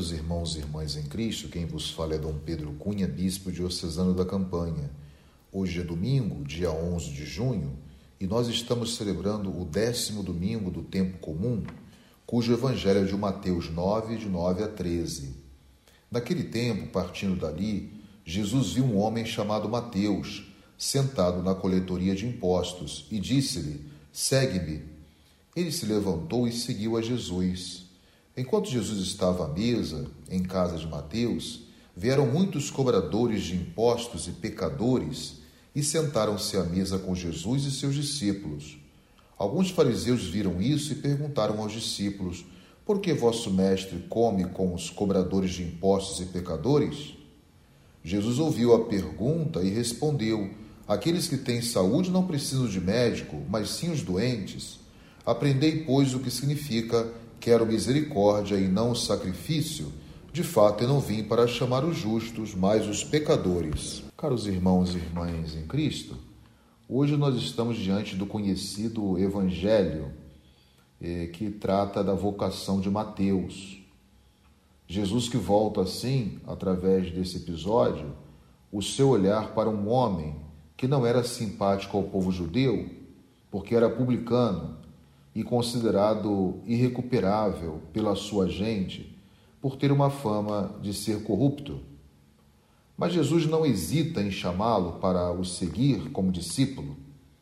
Caros irmãos e irmãs em Cristo, quem vos fala é Dom Pedro Cunha, bispo diocesano da Campanha. Hoje é domingo, dia 11 de junho, e nós estamos celebrando o 10º domingo do tempo comum, cujo evangelho é de Mateus 9, de 9 a 13. Naquele tempo, partindo dali, Jesus viu um homem chamado Mateus, sentado na coletoria de impostos, e disse-lhe: "Segue-me." Ele se levantou e seguiu a Jesus. Enquanto Jesus estava à mesa, em casa de Mateus, vieram muitos cobradores de impostos e pecadores e sentaram-se à mesa com Jesus e seus discípulos. Alguns fariseus viram isso e perguntaram aos discípulos: "Por que vosso mestre come com os cobradores de impostos e pecadores?" Jesus ouviu a pergunta e respondeu: "Aqueles que têm saúde não precisam de médico, mas sim os doentes. Aprendei, pois, o que significa: quero misericórdia e não sacrifício. De fato, eu não vim para chamar os justos, mas os pecadores." Caros irmãos e irmãs em Cristo, hoje nós estamos diante do conhecido Evangelho que trata da vocação de Mateus. Jesus que volta assim, através desse episódio, o seu olhar para um homem que não era simpático ao povo judeu, porque era publicano, e considerado irrecuperável pela sua gente por ter uma fama de ser corrupto. Mas Jesus não hesita em chamá-lo para o seguir como discípulo.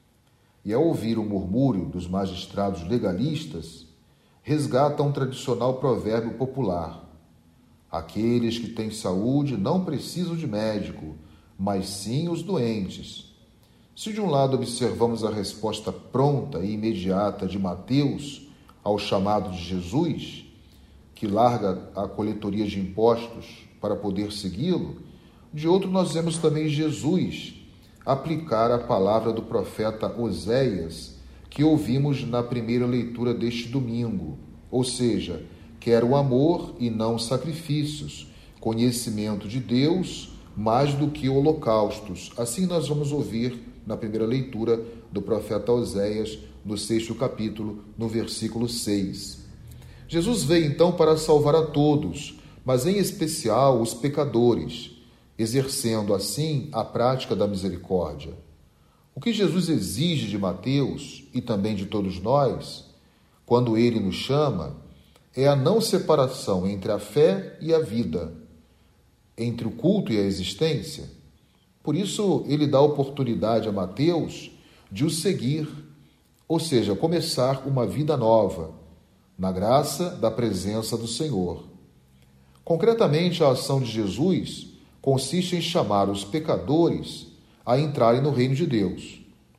E ao ouvir o murmúrio dos magistrados legalistas, resgata um tradicional provérbio popular: "Aqueles que têm saúde não precisam de médico, mas sim os doentes." Se de um lado observamos a resposta pronta e imediata de Mateus ao chamado de Jesus, que larga a coletoria de impostos para poder segui-lo, de outro nós vemos também Jesus aplicar a palavra do profeta Oséias, que ouvimos na primeira leitura deste domingo, ou seja, quero amor e não sacrifícios, conhecimento de Deus mais do que holocaustos. Assim nós vamos ouvir na primeira leitura do profeta Oséias, no 6º capítulo, no versículo 6. Jesus veio então para salvar a todos, mas em especial os pecadores, exercendo assim a prática da misericórdia. O que Jesus exige de Mateus e também de todos nós, quando ele nos chama, é a não separação entre a fé e a vida, entre o culto e a existência. Por isso, ele dá oportunidade a Mateus de o seguir, ou seja, começar uma vida nova, na graça da presença do Senhor. Concretamente, a ação de Jesus consiste em chamar os pecadores a entrarem no reino de Deus.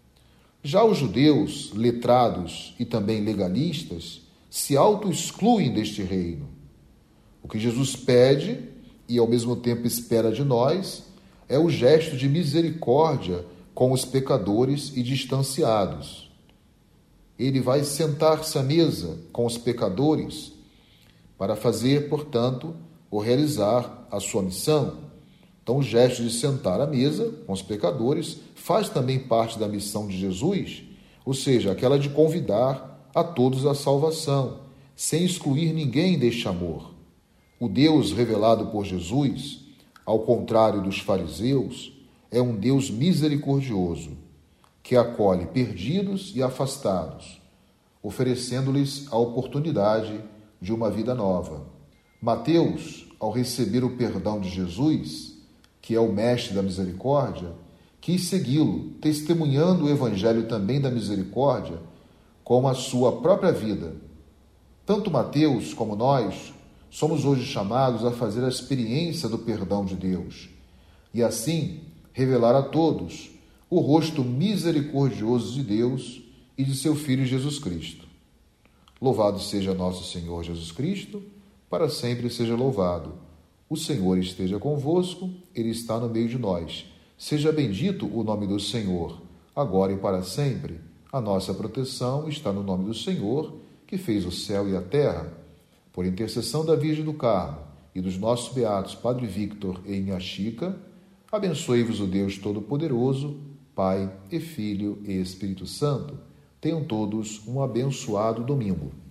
Já os judeus, letrados e também legalistas, se auto-excluem deste reino. O que Jesus pede e ao mesmo tempo espera de nós é o gesto de misericórdia com os pecadores e distanciados. Ele vai sentar-se à mesa com os pecadores para fazer, portanto, ou realizar a sua missão. Então, o gesto de sentar à mesa com os pecadores faz também parte da missão de Jesus, ou seja, aquela de convidar a todos à salvação, sem excluir ninguém deste amor. O Deus revelado por Jesus, ao contrário dos fariseus, é um Deus misericordioso, que acolhe perdidos e afastados, oferecendo-lhes a oportunidade de uma vida nova. Mateus, ao receber o perdão de Jesus, que é o mestre da misericórdia, quis segui-lo, testemunhando o evangelho também da misericórdia com a sua própria vida. Tanto Mateus como nós somos hoje chamados a fazer a experiência do perdão de Deus e, assim, revelar a todos o rosto misericordioso de Deus e de seu Filho Jesus Cristo. Louvado seja nosso Senhor Jesus Cristo, para sempre seja louvado. O Senhor esteja convosco, Ele está no meio de nós. Seja bendito o nome do Senhor, agora e para sempre. A nossa proteção está no nome do Senhor, que fez o céu e a terra. Por intercessão da Virgem do Carmo e dos nossos beatos Padre Victor e Inha Chica, abençoe-vos o Deus Todo-Poderoso, Pai e Filho e Espírito Santo. Tenham todos um abençoado domingo.